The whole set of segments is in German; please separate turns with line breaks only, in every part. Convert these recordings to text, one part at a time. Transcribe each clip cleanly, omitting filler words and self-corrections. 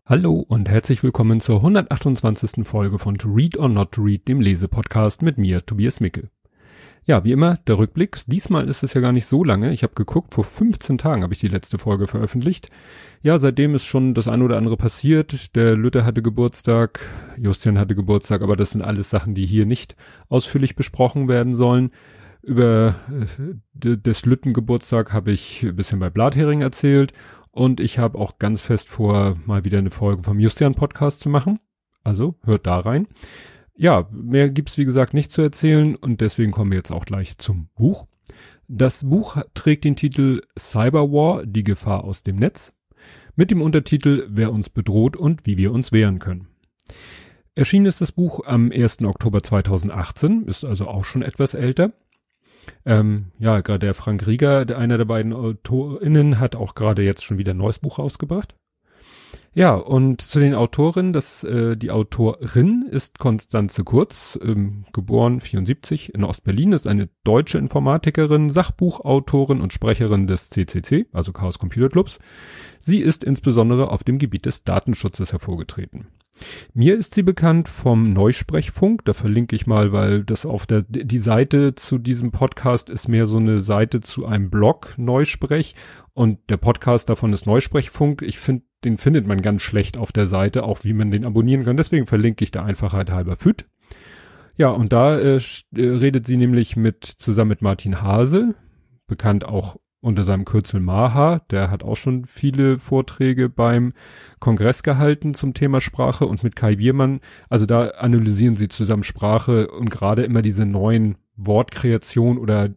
Hallo und herzlich willkommen zur 128. Folge von To Read or Not to Read, dem Lesepodcast mit mir, Tobias Micke. Ja, wie immer, der Rückblick. Diesmal ist es ja gar nicht so lange. Ich habe geguckt, vor 15 Tagen habe ich die letzte Folge veröffentlicht. Ja, seitdem ist schon das ein oder andere passiert. Der Lütte hatte Geburtstag, Justian hatte Geburtstag, aber das sind alles Sachen, die hier nicht ausführlich besprochen werden sollen. Über des Lütten Geburtstag habe ich ein bisschen bei Blathering erzählt. Und ich habe auch ganz fest vor, mal wieder eine Folge vom Justian-Podcast zu machen. Also hört da rein. Ja, mehr gibt's wie gesagt nicht zu erzählen und deswegen kommen wir jetzt auch gleich zum Buch. Das Buch trägt den Titel Cyberwar, die Gefahr aus dem Netz, mit dem Untertitel Wer uns bedroht und wie wir uns wehren können. Erschienen ist das Buch am 1. Oktober 2018, ist also auch schon etwas älter. Ja, gerade der Frank Rieger, einer der beiden AutorInnen, hat auch gerade jetzt schon wieder ein neues Buch rausgebracht. Ja, und zu den Autorinnen, die Autorin ist Constanze Kurz, geboren 74 in Ostberlin, ist eine deutsche Informatikerin, Sachbuchautorin und Sprecherin des CCC, also Chaos Computer Clubs. Sie ist insbesondere auf dem Gebiet des Datenschutzes hervorgetreten. Mir ist sie bekannt vom Neusprechfunk, da verlinke ich mal, weil das die Seite zu diesem Podcast ist mehr so eine Seite zu einem Blog, Neusprech, und der Podcast davon ist Neusprechfunk. Ich finde, den findet man ganz schlecht auf der Seite, auch wie man den abonnieren kann, deswegen verlinke ich da Einfachheit halber FÜD. Ja, und da redet sie nämlich zusammen mit Martin Hase, bekannt auch unter seinem Kürzel Maha, der hat auch schon viele Vorträge beim Kongress gehalten zum Thema Sprache, und mit Kai Biermann, also da analysieren sie zusammen Sprache und gerade immer diese neuen Wortkreationen oder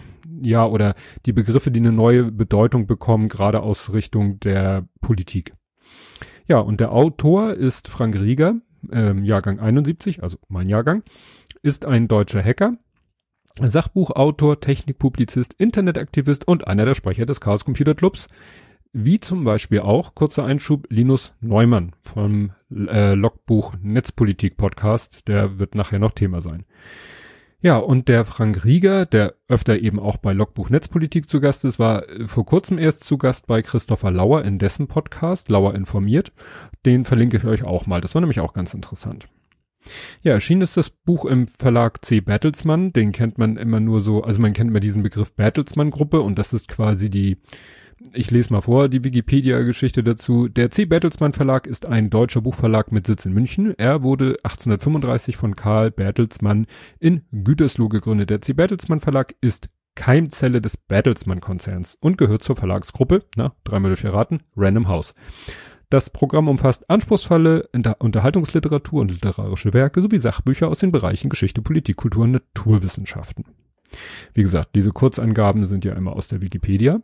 die Begriffe, die eine neue Bedeutung bekommen, gerade aus Richtung der Politik. Ja, und der Autor ist Frank Rieger, Jahrgang 71, also mein Jahrgang, ist ein deutscher Hacker, Sachbuchautor, Technikpublizist, Internetaktivist und einer der Sprecher des Chaos Computer Clubs, wie zum Beispiel auch, kurzer Einschub, Linus Neumann vom Logbuch Netzpolitik Podcast, der wird nachher noch Thema sein. Ja, und der Frank Rieger, der öfter eben auch bei Logbuch Netzpolitik zu Gast ist, war vor kurzem erst zu Gast bei Christopher Lauer in dessen Podcast, Lauer informiert. Den verlinke ich euch auch mal, das war nämlich auch ganz interessant. Ja, erschienen ist das Buch im Verlag C. Bertelsmann, den kennt man immer nur so, also man kennt immer diesen Begriff Bertelsmann-Gruppe und das ist quasi ich lese mal vor, die Wikipedia-Geschichte dazu. Der C. Bertelsmann Verlag ist ein deutscher Buchverlag mit Sitz in München. Er wurde 1835 von Karl Bertelsmann in Gütersloh gegründet. Der C. Bertelsmann Verlag ist Keimzelle des Bertelsmann-Konzerns und gehört zur Verlagsgruppe, dreimal durch raten, Random House. Das Programm umfasst anspruchsvolle Unterhaltungsliteratur und literarische Werke sowie Sachbücher aus den Bereichen Geschichte, Politik, Kultur und Naturwissenschaften. Wie gesagt, diese Kurzangaben sind ja immer aus der Wikipedia.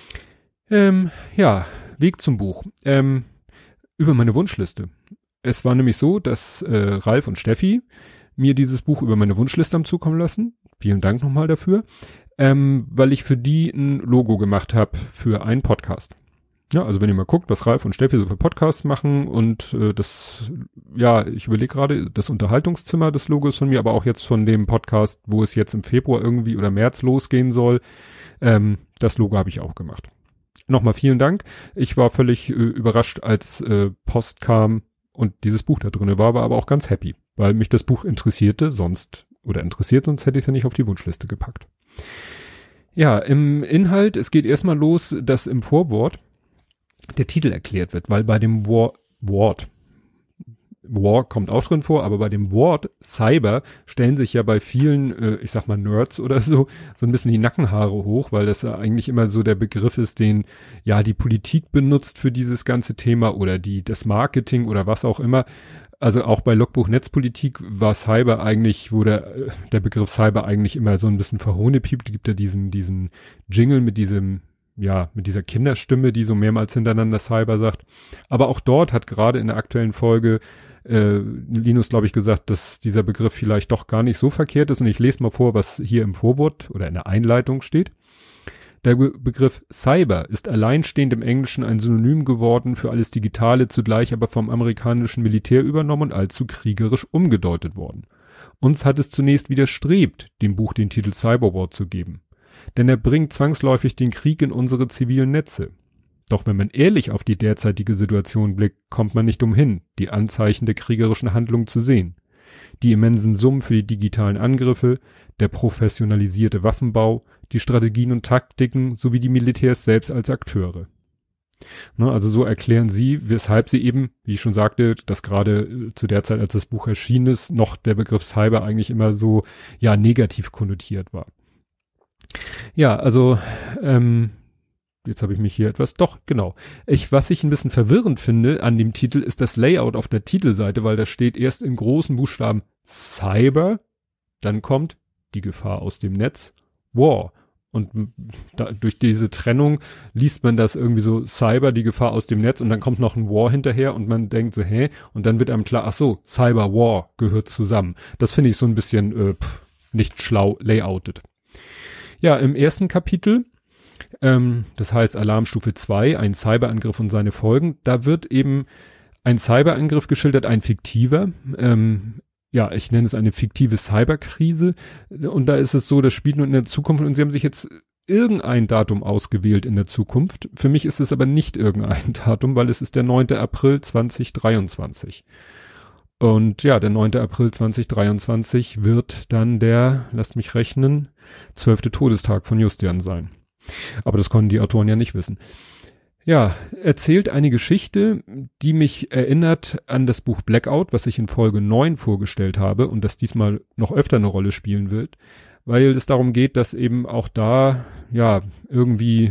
Weg zum Buch. Über meine Wunschliste. Es war nämlich so, dass Ralf und Steffi mir dieses Buch über meine Wunschliste haben zukommen lassen. Vielen Dank nochmal dafür. Weil ich für die ein Logo gemacht habe für einen Podcast. Ja, also wenn ihr mal guckt, was Ralf und Steffi so für Podcasts machen und ich überlege gerade, das Unterhaltungszimmer des Logos von mir, aber auch jetzt von dem Podcast, wo es jetzt im Februar irgendwie oder März losgehen soll, das Logo habe ich auch gemacht. Nochmal vielen Dank. Ich war völlig überrascht, als Post kam und dieses Buch da drin war, aber auch ganz happy, weil mich das Buch interessiert, sonst hätte ich es ja nicht auf die Wunschliste gepackt. Ja, im Inhalt, es geht erstmal los, dass im Vorwort der Titel erklärt wird, weil bei dem War kommt auch drin vor, aber bei dem Wort Cyber stellen sich ja bei vielen, Nerds oder so ein bisschen die Nackenhaare hoch, weil das ja eigentlich immer so der Begriff ist, den ja die Politik benutzt für dieses ganze Thema oder das Marketing oder was auch immer. Also auch bei Logbuch Netzpolitik war Cyber eigentlich, wurde der Begriff Cyber eigentlich immer so ein bisschen verhohnepiept. Gibt ja diesen Jingle mit dieser Kinderstimme, die so mehrmals hintereinander Cyber sagt. Aber auch dort hat gerade in der aktuellen Folge Linus, glaube ich, gesagt, dass dieser Begriff vielleicht doch gar nicht so verkehrt ist. Und ich lese mal vor, was hier im Vorwort oder in der Einleitung steht. Der Begriff Cyber ist alleinstehend im Englischen ein Synonym geworden für alles Digitale, zugleich aber vom amerikanischen Militär übernommen und allzu kriegerisch umgedeutet worden. Uns hat es zunächst widerstrebt, dem Buch den Titel Cyberwar zu geben. Denn er bringt zwangsläufig den Krieg in unsere zivilen Netze. Doch wenn man ehrlich auf die derzeitige Situation blickt, kommt man nicht umhin, die Anzeichen der kriegerischen Handlung zu sehen. Die immensen Summen für die digitalen Angriffe, der professionalisierte Waffenbau, die Strategien und Taktiken sowie die Militärs selbst als Akteure. Ne, also so erklären sie, weshalb sie eben, wie ich schon sagte, dass gerade zu der Zeit, als das Buch erschienen ist, noch der Begriff Cyber eigentlich immer so, ja, negativ konnotiert war. Ja, also, jetzt habe ich mich hier genau. Was ich ein bisschen verwirrend finde an dem Titel, ist das Layout auf der Titelseite, weil da steht erst in großen Buchstaben Cyber, dann kommt die Gefahr aus dem Netz, War. Und durch diese Trennung liest man das irgendwie so Cyber, die Gefahr aus dem Netz, und dann kommt noch ein War hinterher und man denkt so, und dann wird einem klar, ach so, Cyber War gehört zusammen. Das finde ich so ein bisschen nicht schlau layoutet. Ja, im ersten Kapitel, das heißt Alarmstufe 2, ein Cyberangriff und seine Folgen, da wird eben ein Cyberangriff geschildert, ein fiktiver, ich nenne es eine fiktive Cyberkrise, und da ist es so, das spielt nur in der Zukunft und sie haben sich jetzt irgendein Datum ausgewählt in der Zukunft. Für mich ist es aber nicht irgendein Datum, weil es ist der 9. April 2023. Und ja, der 9. April 2023 wird dann der, lasst mich rechnen, 12. Todestag von Justian sein. Aber das konnten die Autoren ja nicht wissen. Ja, erzählt eine Geschichte, die mich erinnert an das Buch Blackout, was ich in Folge 9 vorgestellt habe und das diesmal noch öfter eine Rolle spielen wird, weil es darum geht, dass eben auch da, ja, irgendwie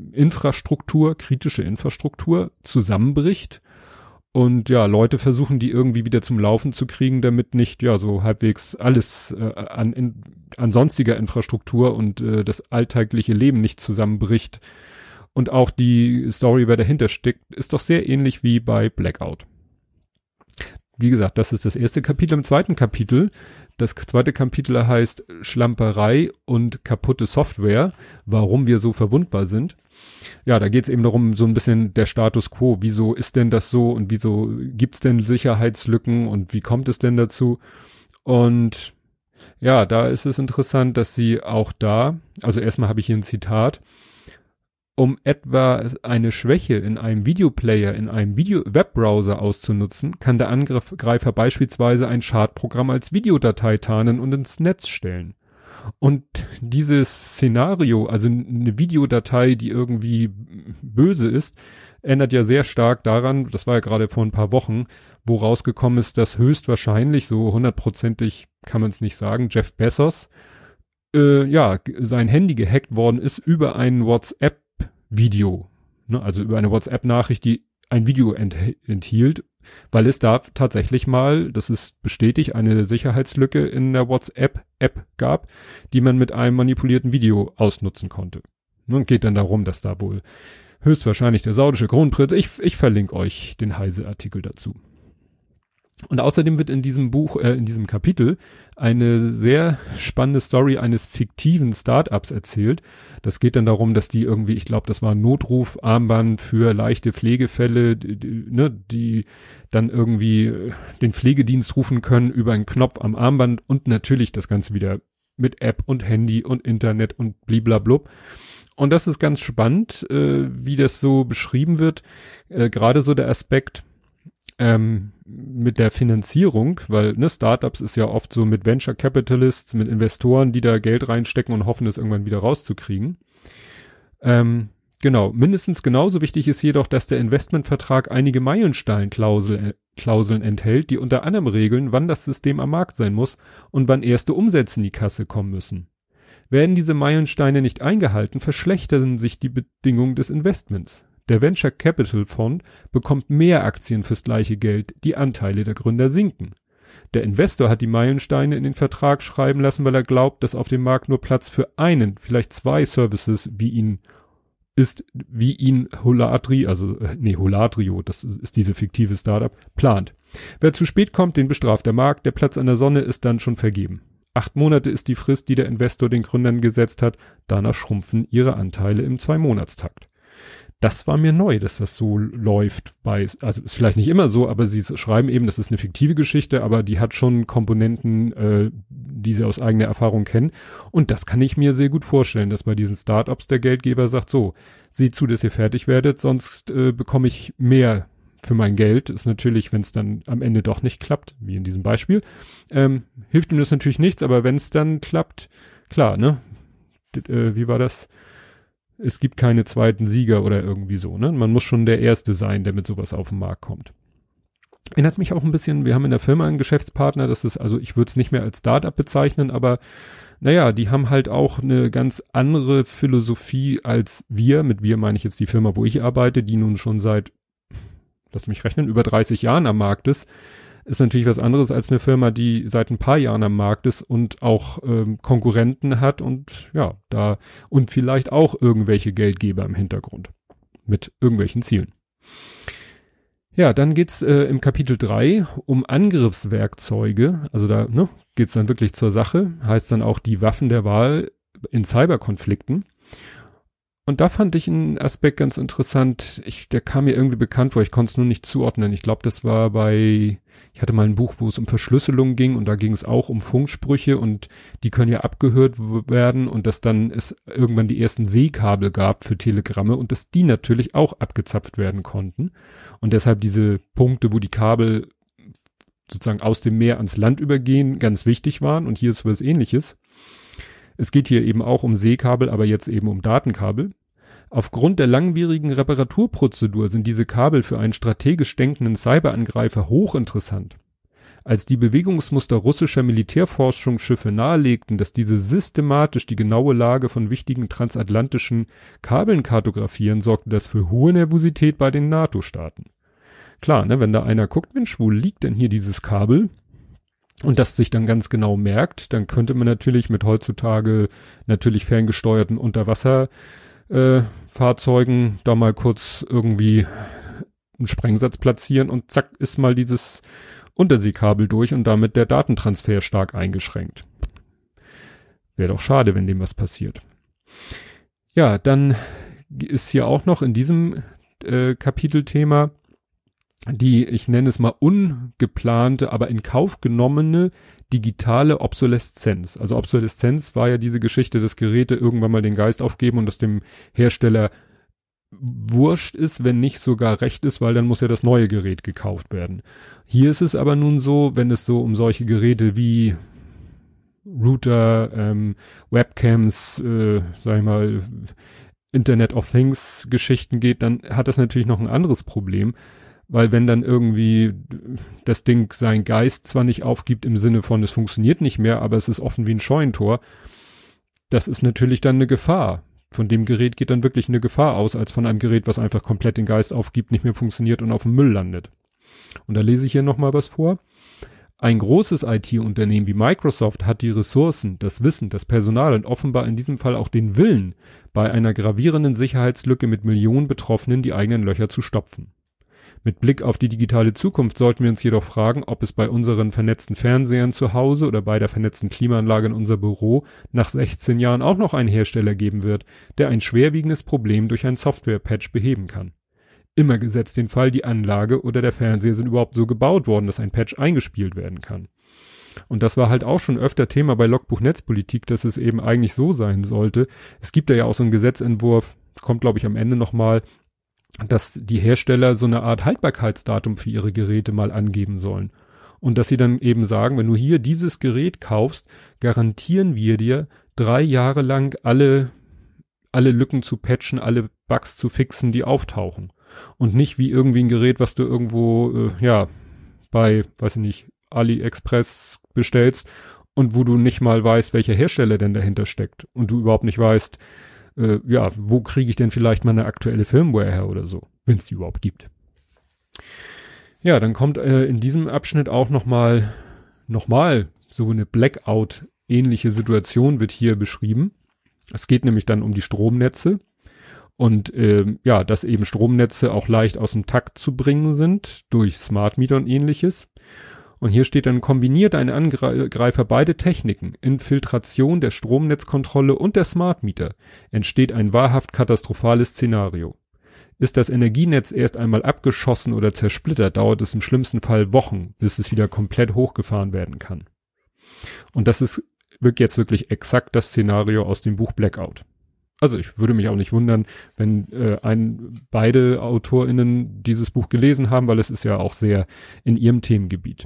kritische Infrastruktur zusammenbricht und ja, Leute versuchen, die irgendwie wieder zum Laufen zu kriegen, damit nicht, ja, so halbwegs alles an sonstiger Infrastruktur und das alltägliche Leben nicht zusammenbricht. Und auch die Story, wer dahinter steckt, ist doch sehr ähnlich wie bei Blackout. Wie gesagt, das ist das erste Kapitel. Im zweiten Kapitel, das zweite Kapitel heißt Schlamperei und kaputte Software, warum wir so verwundbar sind. Ja, da geht es eben darum, so ein bisschen der Status quo. Wieso ist denn das so und wieso gibt's denn Sicherheitslücken und wie kommt es denn dazu? Und ja, da ist es interessant, dass sie auch da, also erstmal habe ich hier ein Zitat, um etwa eine Schwäche in einem Videoplayer, in einem Webbrowser auszunutzen, kann der Angreifer beispielsweise ein Schadprogramm als Videodatei tarnen und ins Netz stellen. Und dieses Szenario, also eine Videodatei, die irgendwie böse ist, ändert ja sehr stark daran, das war ja gerade vor ein paar Wochen, wo rausgekommen ist, dass höchstwahrscheinlich, so 100%ig kann man es nicht sagen, Jeff Bezos, sein Handy gehackt worden ist über einen WhatsApp-Video, ne, also über eine WhatsApp-Nachricht, die ein Video enthielt, weil es da tatsächlich mal, das ist bestätigt, eine Sicherheitslücke in der WhatsApp-App gab, die man mit einem manipulierten Video ausnutzen konnte. Und geht dann darum, dass da wohl höchstwahrscheinlich der saudische Kronprinz, ich verlinke euch den Heise-Artikel dazu. Und außerdem wird in diesem Buch, in diesem Kapitel eine sehr spannende Story eines fiktiven Startups erzählt. Das geht dann darum, dass die irgendwie, ich glaube, das war ein Notrufarmband für leichte Pflegefälle, die dann irgendwie den Pflegedienst rufen können über einen Knopf am Armband und natürlich das Ganze wieder mit App und Handy und Internet und bliblablub. Und das ist ganz spannend, wie das so beschrieben wird. Gerade so der Aspekt, mit der Finanzierung, weil Startups ist ja oft so mit Venture Capitalists, mit Investoren, die da Geld reinstecken und hoffen, es irgendwann wieder rauszukriegen. Genau, mindestens genauso wichtig ist jedoch, dass der Investmentvertrag einige Meilensteinklauseln enthält, die unter anderem regeln, wann das System am Markt sein muss und wann erste Umsätze in die Kasse kommen müssen. Werden diese Meilensteine nicht eingehalten, verschlechtern sich die Bedingungen des Investments. Der Venture Capital Fond bekommt mehr Aktien fürs gleiche Geld, die Anteile der Gründer sinken. Der Investor hat die Meilensteine in den Vertrag schreiben lassen, weil er glaubt, dass auf dem Markt nur Platz für einen, vielleicht zwei Services wie ihn Holadrio, das ist diese fiktive Startup, plant. Wer zu spät kommt, den bestraft der Markt, der Platz an der Sonne ist dann schon vergeben. 8 Monate ist die Frist, die der Investor den Gründern gesetzt hat, danach schrumpfen ihre Anteile im 2-Monatstakt. Das war mir neu, dass das so läuft also ist vielleicht nicht immer so, aber sie schreiben eben, das ist eine fiktive Geschichte, aber die hat schon Komponenten, die sie aus eigener Erfahrung kennen. Und das kann ich mir sehr gut vorstellen, dass bei diesen Startups der Geldgeber sagt, so, seht zu, dass ihr fertig werdet, sonst bekomme ich mehr für mein Geld. Ist natürlich, wenn es dann am Ende doch nicht klappt, wie in diesem Beispiel, hilft ihm das natürlich nichts, aber wenn es dann klappt, klar, ne? Wie war das? Es gibt keine zweiten Sieger oder irgendwie so, ne? Man muss schon der Erste sein, der mit sowas auf den Markt kommt. Erinnert mich auch ein bisschen, wir haben in der Firma einen Geschäftspartner, das ist, also ich würde es nicht mehr als Start-up bezeichnen, aber naja, die haben halt auch eine ganz andere Philosophie als wir. Mit wir meine ich jetzt die Firma, wo ich arbeite, die nun schon seit, lass mich rechnen, über 30 Jahren am Markt ist natürlich was anderes als eine Firma, die seit ein paar Jahren am Markt ist und auch Konkurrenten hat und ja, und vielleicht auch irgendwelche Geldgeber im Hintergrund mit irgendwelchen Zielen. Ja, dann geht's im Kapitel 3 um Angriffswerkzeuge, also da geht's dann wirklich zur Sache, heißt dann auch die Waffen der Wahl in Cyberkonflikten. Und da fand ich einen Aspekt ganz interessant. Der kam mir irgendwie bekannt vor, ich konnte es nur nicht zuordnen. Ich glaube, das war ich hatte mal ein Buch, wo es um Verschlüsselung ging und da ging es auch um Funksprüche und die können ja abgehört werden und dass dann es irgendwann die ersten Seekabel gab für Telegramme und dass die natürlich auch abgezapft werden konnten. Und deshalb diese Punkte, wo die Kabel sozusagen aus dem Meer ans Land übergehen, ganz wichtig waren. Und hier ist was Ähnliches. Es geht hier eben auch um Seekabel, aber jetzt eben um Datenkabel. Aufgrund der langwierigen Reparaturprozedur sind diese Kabel für einen strategisch denkenden Cyberangreifer hochinteressant. Als die Bewegungsmuster russischer Militärforschungsschiffe nahelegten, dass diese systematisch die genaue Lage von wichtigen transatlantischen Kabeln kartografieren, sorgte das für hohe Nervosität bei den NATO-Staaten. Klar, ne, wenn da einer guckt, Mensch, wo liegt denn hier dieses Kabel? Und das sich dann ganz genau merkt, dann könnte man natürlich mit heutzutage natürlich ferngesteuerten Unterwasserfahrzeugen da mal kurz irgendwie einen Sprengsatz platzieren und zack ist mal dieses Unterseekabel durch und damit der Datentransfer stark eingeschränkt. Wäre doch schade, wenn dem was passiert. Ja, dann ist hier auch noch in diesem Kapitelthema die, ich nenne es mal ungeplante, aber in Kauf genommene digitale Obsoleszenz. Also Obsoleszenz war ja diese Geschichte, dass Geräte irgendwann mal den Geist aufgeben und dass dem Hersteller wurscht ist, wenn nicht sogar recht ist, weil dann muss ja das neue Gerät gekauft werden. Hier ist es aber nun so, wenn es so um solche Geräte wie Router, Webcams, sag ich mal, Internet of Things Geschichten geht, dann hat das natürlich noch ein anderes Problem. Weil wenn dann irgendwie das Ding seinen Geist zwar nicht aufgibt im Sinne von, es funktioniert nicht mehr, aber es ist offen wie ein Scheunentor, das ist natürlich dann eine Gefahr. Von dem Gerät geht dann wirklich eine Gefahr aus, als von einem Gerät, was einfach komplett den Geist aufgibt, nicht mehr funktioniert und auf dem Müll landet. Und da lese ich hier nochmal was vor. Ein großes IT-Unternehmen wie Microsoft hat die Ressourcen, das Wissen, das Personal und offenbar in diesem Fall auch den Willen, bei einer gravierenden Sicherheitslücke mit Millionen Betroffenen die eigenen Löcher zu stopfen. Mit Blick auf die digitale Zukunft sollten wir uns jedoch fragen, ob es bei unseren vernetzten Fernsehern zu Hause oder bei der vernetzten Klimaanlage in unser Büro nach 16 Jahren auch noch einen Hersteller geben wird, der ein schwerwiegendes Problem durch ein Software-Patch beheben kann. Immer gesetzt den Fall, die Anlage oder der Fernseher sind überhaupt so gebaut worden, dass ein Patch eingespielt werden kann. Und das war halt auch schon öfter Thema bei Logbuch Netzpolitik, dass es eben eigentlich so sein sollte. Es gibt da ja auch so einen Gesetzentwurf, kommt glaube ich am Ende nochmal, dass die Hersteller so eine Art Haltbarkeitsdatum für ihre Geräte mal angeben sollen. Und dass sie dann eben sagen, wenn du hier dieses Gerät kaufst, garantieren wir dir 3 Jahre lang alle Lücken zu patchen, alle Bugs zu fixen, die auftauchen. Und nicht wie irgendwie ein Gerät, was du irgendwo, bei, weiß ich nicht, AliExpress bestellst und wo du nicht mal weißt, welcher Hersteller denn dahinter steckt. Und du überhaupt nicht weißt, wo kriege ich denn vielleicht mal eine aktuelle Firmware her oder so, wenn es die überhaupt gibt. Ja, dann kommt in diesem Abschnitt auch nochmal so eine Blackout-ähnliche Situation wird hier beschrieben. Es geht nämlich dann um die Stromnetze und dass eben Stromnetze auch leicht aus dem Takt zu bringen sind durch Smart Meter und ähnliches. Und hier steht dann, kombiniert ein Angreifer beide Techniken, Infiltration der Stromnetzkontrolle und der Smart Meter, entsteht ein wahrhaft katastrophales Szenario. Ist das Energienetz erst einmal abgeschossen oder zersplittert, dauert es im schlimmsten Fall Wochen, bis es wieder komplett hochgefahren werden kann. Und das ist jetzt wirklich exakt das Szenario aus dem Buch Blackout. Also ich würde mich auch nicht wundern, wenn beide AutorInnen dieses Buch gelesen haben, weil es ist ja auch sehr in ihrem Themengebiet.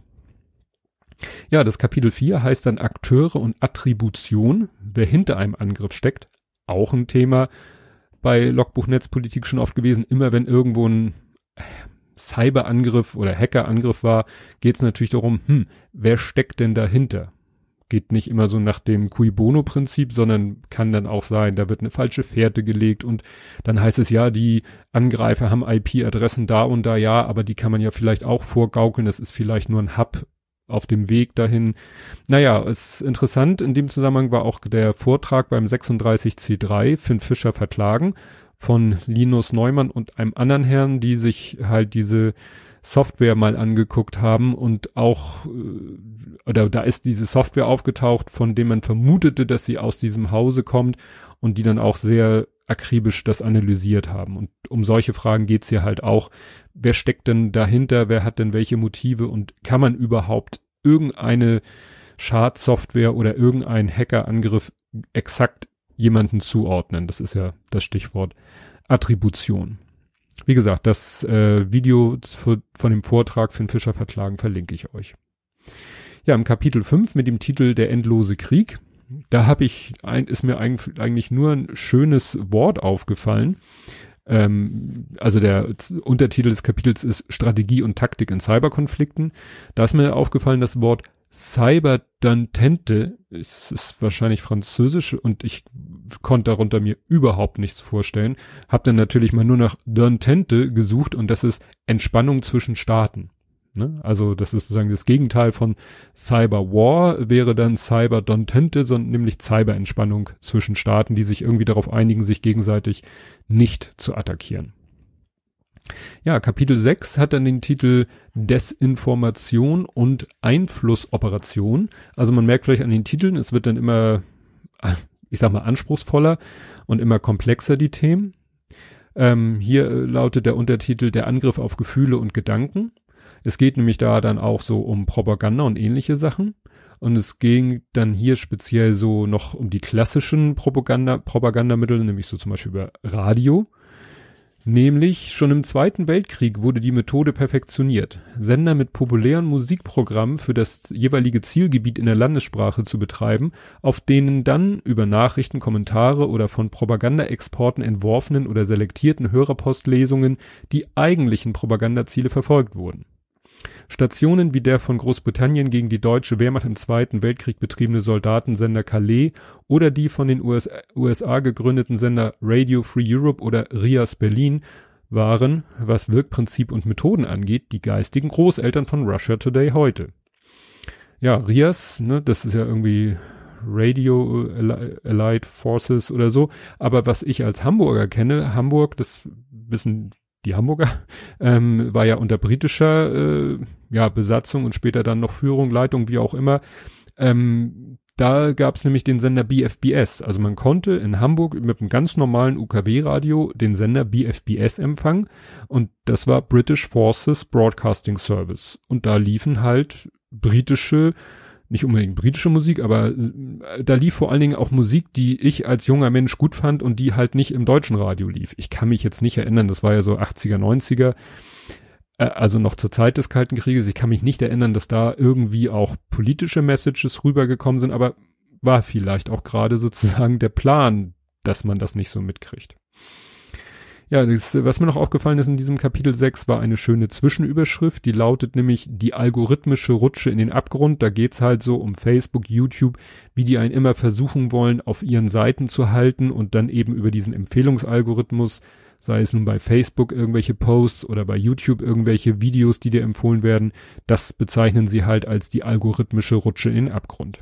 Ja, das Kapitel 4 heißt dann Akteure und Attribution, wer hinter einem Angriff steckt. Auch ein Thema bei Logbuch Netzpolitik schon oft gewesen. Immer wenn irgendwo ein Cyberangriff oder Hackerangriff war, geht es natürlich darum, wer steckt denn dahinter? Geht nicht immer so nach dem Cui Bono-Prinzip, sondern kann dann auch sein, da wird eine falsche Fährte gelegt und dann heißt es ja, die Angreifer haben IP-Adressen da und da, ja, aber die kann man ja vielleicht auch vorgaukeln, das ist vielleicht nur ein Hub auf dem Weg dahin. Naja, es ist interessant, in dem Zusammenhang war auch der Vortrag beim 36C3, Finn Fischer verklagen, von Linus Neumann und einem anderen Herrn, die sich halt diese Software mal angeguckt haben und auch, oder da ist diese Software aufgetaucht, von dem man vermutete, dass sie aus diesem Hause kommt und die dann auch sehr akribisch das analysiert haben. Und um solche Fragen geht's hier halt auch. Wer steckt denn dahinter? Wer hat denn welche Motive? Und kann man überhaupt irgendeine Schadsoftware oder irgendeinen Hackerangriff exakt jemanden zuordnen? Das ist ja das Stichwort Attribution. Wie gesagt, das Video von dem Vortrag Finn Fischer verklagen verlinke ich euch. Ja, im Kapitel 5 mit dem Titel Der endlose Krieg, da ist mir eigentlich nur ein schönes Wort aufgefallen. Also der Untertitel des Kapitels ist Strategie und Taktik in Cyberkonflikten. Da ist mir aufgefallen, das Wort Cyberdentente, es ist wahrscheinlich französisch und ich konnte darunter mir überhaupt nichts vorstellen. Hab dann natürlich mal nur nach Dentente gesucht und das ist Entspannung zwischen Staaten. Ne? Also das ist sozusagen das Gegenteil von Cyberwar, wäre dann Cyberdentente, sondern nämlich Cyberentspannung zwischen Staaten, die sich irgendwie darauf einigen, sich gegenseitig nicht zu attackieren. Ja, Kapitel 6 hat dann den Titel Desinformation und Einflussoperation. Also man merkt vielleicht an den Titeln, es wird dann immer, ich sag mal, anspruchsvoller und immer komplexer, die Themen. Hier lautet der Untertitel Der Angriff auf Gefühle und Gedanken. Es geht nämlich da dann auch so um Propaganda und ähnliche Sachen. Und es ging dann hier speziell so noch um die klassischen Propagandamittel, nämlich so zum Beispiel über Radio. Nämlich schon im Zweiten Weltkrieg wurde die Methode perfektioniert, Sender mit populären Musikprogrammen für das jeweilige Zielgebiet in der Landessprache zu betreiben, auf denen dann über Nachrichten, Kommentare oder von Propagandaexporten entworfenen oder selektierten Hörerpostlesungen die eigentlichen Propagandaziele verfolgt wurden. Stationen wie der von Großbritannien gegen die deutsche Wehrmacht im Zweiten Weltkrieg betriebene Soldatensender Calais oder die von den USA gegründeten Sender Radio Free Europe oder RIAS Berlin waren, was Wirkprinzip und Methoden angeht, die geistigen Großeltern von Russia Today heute. Ja, RIAS, ne, das ist ja irgendwie Radio Allied Forces oder so, aber was ich als Hamburger kenne, Hamburg, das wissen die Hamburger, war ja unter britischer Besatzung und später dann noch Führung, Leitung, wie auch immer. Da gab es nämlich den Sender BFBS. Also man konnte in Hamburg mit einem ganz normalen UKW-Radio den Sender BFBS empfangen und das war British Forces Broadcasting Service. Und da liefen halt nicht unbedingt britische Musik, aber da lief vor allen Dingen auch Musik, die ich als junger Mensch gut fand und die halt nicht im deutschen Radio lief. Ich kann mich jetzt nicht erinnern, das war ja so 80er, 90er, also noch zur Zeit des Kalten Krieges. Ich kann mich nicht erinnern, dass da irgendwie auch politische Messages rübergekommen sind, aber war vielleicht auch gerade sozusagen der Plan, dass man das nicht so mitkriegt. Ja, was mir noch aufgefallen ist in diesem Kapitel 6, war eine schöne Zwischenüberschrift, die lautet nämlich die algorithmische Rutsche in den Abgrund. Da geht's halt so um Facebook, YouTube, wie die einen immer versuchen wollen, auf ihren Seiten zu halten und dann eben über diesen Empfehlungsalgorithmus, sei es nun bei Facebook irgendwelche Posts oder bei YouTube irgendwelche Videos, die dir empfohlen werden, das bezeichnen sie halt als die algorithmische Rutsche in den Abgrund.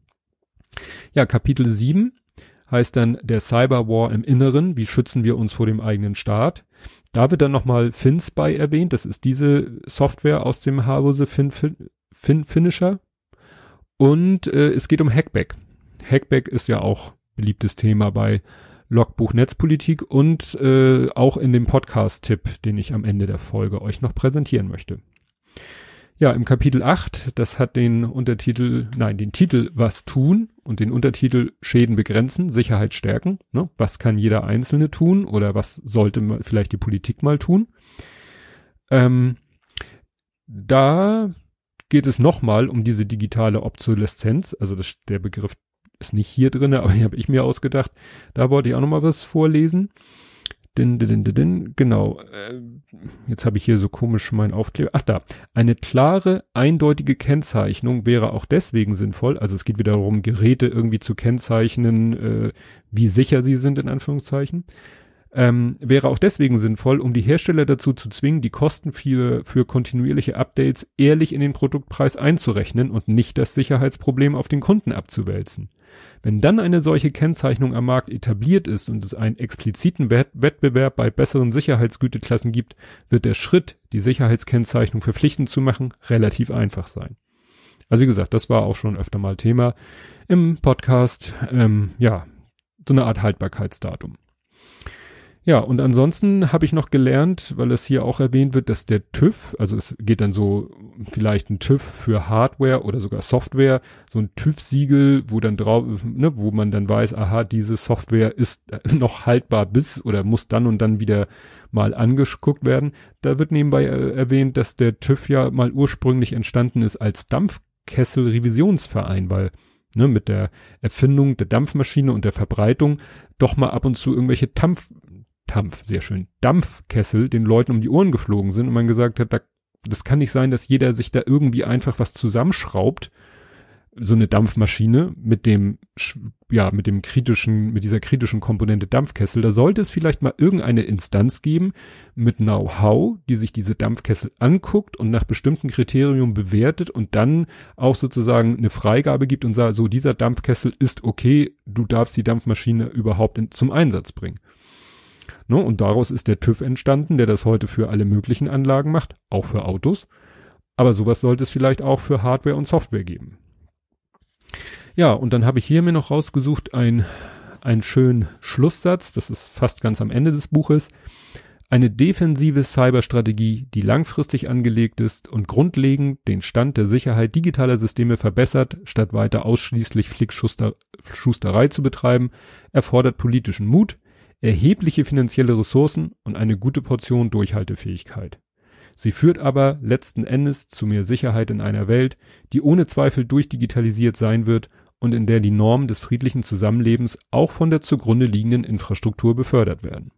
Ja, Kapitel 7 heißt dann der Cyberwar im Inneren, wie schützen wir uns vor dem eigenen Staat. Da wird dann nochmal FinSpy erwähnt, das ist diese Software aus dem Hause Finisher. Und es geht um Hackback. Hackback ist ja auch beliebtes Thema bei Logbuch Netzpolitik und auch in dem Podcast-Tipp, den ich am Ende der Folge euch noch präsentieren möchte. Ja, im Kapitel 8, das hat den Titel Was tun und den Untertitel Schäden begrenzen, Sicherheit stärken. Ne? Was kann jeder Einzelne tun oder was sollte vielleicht die Politik mal tun? Da geht es nochmal um diese digitale Obsoleszenz. Also der Begriff ist nicht hier drin, aber den habe ich mir ausgedacht. Da wollte ich auch nochmal was vorlesen. Genau. Jetzt habe ich hier so komisch meinen Aufkleber. Ach da. Eine klare, eindeutige Kennzeichnung wäre auch deswegen sinnvoll. Also es geht wieder darum, Geräte irgendwie zu kennzeichnen, wie sicher sie sind, in Anführungszeichen. Wäre auch deswegen sinnvoll, um die Hersteller dazu zu zwingen, die Kosten für kontinuierliche Updates ehrlich in den Produktpreis einzurechnen und nicht das Sicherheitsproblem auf den Kunden abzuwälzen. Wenn dann eine solche Kennzeichnung am Markt etabliert ist und es einen expliziten Wettbewerb bei besseren Sicherheitsgüteklassen gibt, wird der Schritt, die Sicherheitskennzeichnung verpflichtend zu machen, relativ einfach sein. Also wie gesagt, das war auch schon öfter mal Thema im Podcast. So eine Art Haltbarkeitsdatum. Ja, und ansonsten habe ich noch gelernt, weil es hier auch erwähnt wird, dass der TÜV, also es geht dann so vielleicht ein TÜV für Hardware oder sogar Software, so ein TÜV-Siegel, wo dann drauf, ne, wo man dann weiß, aha, diese Software ist noch haltbar bis oder muss dann und dann wieder mal angeguckt werden. Da wird nebenbei erwähnt, dass der TÜV ja mal ursprünglich entstanden ist als Dampfkessel-Revisionsverein, weil mit der Erfindung der Dampfmaschine und der Verbreitung doch mal ab und zu irgendwelche Dampfkessel den Leuten um die Ohren geflogen sind und man gesagt hat, das kann nicht sein, dass jeder sich da irgendwie einfach was zusammenschraubt, so eine Dampfmaschine mit dieser kritischen Komponente Dampfkessel. Da sollte es vielleicht mal irgendeine Instanz geben mit Know-how, die sich diese Dampfkessel anguckt und nach bestimmten Kriterien bewertet und dann auch sozusagen eine Freigabe gibt und sagt, so dieser Dampfkessel ist okay, du darfst die Dampfmaschine überhaupt zum Einsatz bringen. Ne, und daraus ist der TÜV entstanden, der das heute für alle möglichen Anlagen macht, auch für Autos. Aber sowas sollte es vielleicht auch für Hardware und Software geben. Ja, und dann habe ich hier mir noch rausgesucht einen schönen Schlusssatz, das ist fast ganz am Ende des Buches. Eine defensive Cyberstrategie, die langfristig angelegt ist und grundlegend den Stand der Sicherheit digitaler Systeme verbessert, statt weiter ausschließlich Flickschusterei zu betreiben, erfordert politischen Mut, erhebliche finanzielle Ressourcen und eine gute Portion Durchhaltefähigkeit. Sie führt aber letzten Endes zu mehr Sicherheit in einer Welt, die ohne Zweifel durchdigitalisiert sein wird und in der die Normen des friedlichen Zusammenlebens auch von der zugrunde liegenden Infrastruktur befördert werden.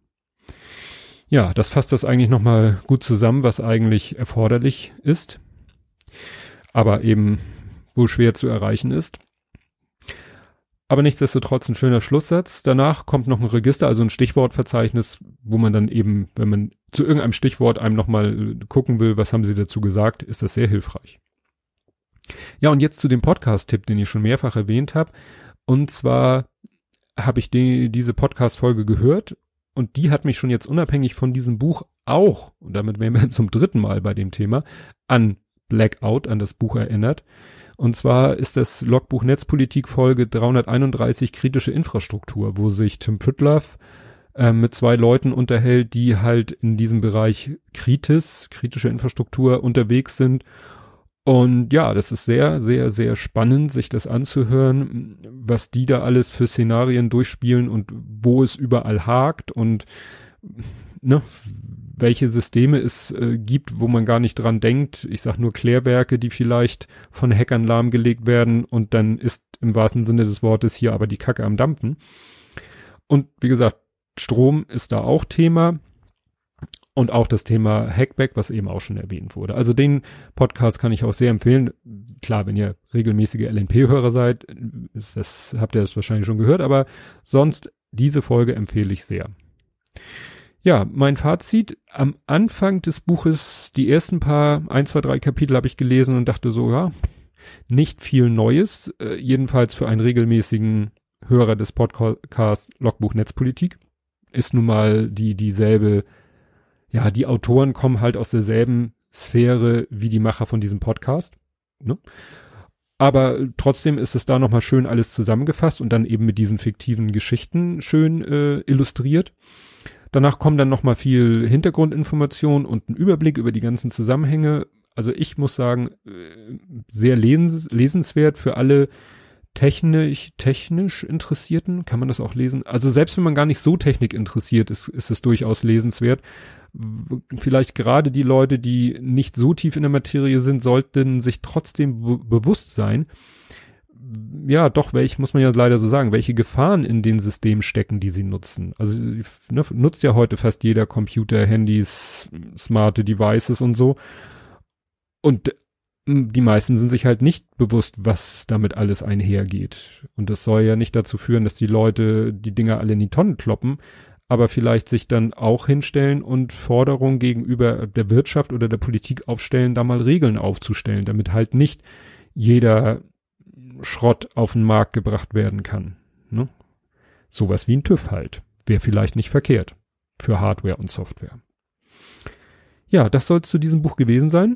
Ja, das fasst das eigentlich nochmal gut zusammen, was eigentlich erforderlich ist, aber eben wohl schwer zu erreichen ist. Aber nichtsdestotrotz ein schöner Schlusssatz. Danach kommt noch ein Register, also ein Stichwortverzeichnis, wo man dann eben, wenn man zu irgendeinem Stichwort einem nochmal gucken will, was haben sie dazu gesagt, ist das sehr hilfreich. Ja, und jetzt zu dem Podcast-Tipp, den ich schon mehrfach erwähnt habe. Und zwar habe ich diese Podcast-Folge gehört und die hat mich schon jetzt unabhängig von diesem Buch auch, und damit wären wir zum 3. Mal bei dem Thema, an Blackout, an das Buch erinnert. Und zwar ist das Logbuch Netzpolitik Folge 331 kritische Infrastruktur, wo sich Tim Pritloff mit 2 Leuten unterhält, die halt in diesem Bereich kritische Infrastruktur unterwegs sind. Und ja, das ist sehr, sehr, sehr spannend, sich das anzuhören, was die da alles für Szenarien durchspielen und wo es überall hakt und welche Systeme es gibt, wo man gar nicht dran denkt. Ich sag nur Klärwerke, die vielleicht von Hackern lahmgelegt werden und dann ist im wahrsten Sinne des Wortes hier aber die Kacke am Dampfen. Und wie gesagt, Strom ist da auch Thema und auch das Thema Hackback, was eben auch schon erwähnt wurde. Also den Podcast kann ich auch sehr empfehlen. Klar, wenn ihr regelmäßige LNP-Hörer seid, habt ihr das wahrscheinlich schon gehört, aber sonst diese Folge empfehle ich sehr. Ja, mein Fazit, am Anfang des Buches, die ersten 1, 2, 3 Kapitel habe ich gelesen und dachte so, ja, nicht viel Neues, jedenfalls für einen regelmäßigen Hörer des Podcasts Logbuch Netzpolitik. Ist nun mal dieselbe, ja, die Autoren kommen halt aus derselben Sphäre wie die Macher von diesem Podcast, ne? Aber trotzdem ist es da nochmal schön alles zusammengefasst und dann eben mit diesen fiktiven Geschichten schön illustriert. Danach kommen dann nochmal viel Hintergrundinformation und ein Überblick über die ganzen Zusammenhänge. Also ich muss sagen, sehr lesenswert für alle technisch Interessierten. Kann man das auch lesen? Also selbst wenn man gar nicht so Technik interessiert ist, ist es durchaus lesenswert. Vielleicht gerade die Leute, die nicht so tief in der Materie sind, sollten sich trotzdem bewusst sein, ja, doch, muss man ja leider so sagen, welche Gefahren in den Systemen stecken, die sie nutzen. Also nutzt ja heute fast jeder Computer, Handys, smarte Devices und so. Und die meisten sind sich halt nicht bewusst, was damit alles einhergeht. Und das soll ja nicht dazu führen, dass die Leute die Dinger alle in die Tonnen kloppen, aber vielleicht sich dann auch hinstellen und Forderungen gegenüber der Wirtschaft oder der Politik aufstellen, da mal Regeln aufzustellen, damit halt nicht jeder Schrott auf den Markt gebracht werden kann. Ne? Sowas wie ein TÜV halt. Wäre vielleicht nicht verkehrt. Für Hardware und Software. Ja, das soll es zu diesem Buch gewesen sein.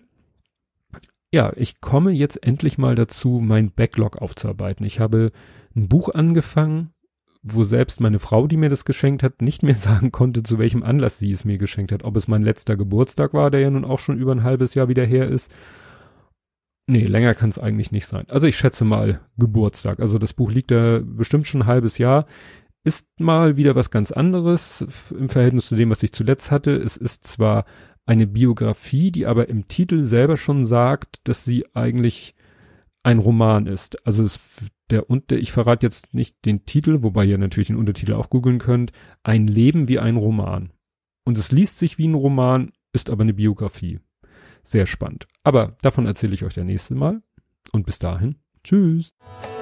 Ja, ich komme jetzt endlich mal dazu, mein Backlog aufzuarbeiten. Ich habe ein Buch angefangen, wo selbst meine Frau, die mir das geschenkt hat, nicht mehr sagen konnte, zu welchem Anlass sie es mir geschenkt hat. Ob es mein letzter Geburtstag war, der ja nun auch schon über ein halbes Jahr wieder her ist. Nee, länger kann es eigentlich nicht sein. Also ich schätze mal Geburtstag. Also das Buch liegt da bestimmt schon ein halbes Jahr. Ist mal wieder was ganz anderes im Verhältnis zu dem, was ich zuletzt hatte. Es ist zwar eine Biografie, die aber im Titel selber schon sagt, dass sie eigentlich ein Roman ist. Also ich verrate jetzt nicht den Titel, wobei ihr natürlich den Untertitel auch googeln könnt. Ein Leben wie ein Roman. Und es liest sich wie ein Roman, ist aber eine Biografie. Sehr spannend. Aber davon erzähle ich euch das nächste Mal. Und bis dahin, tschüss.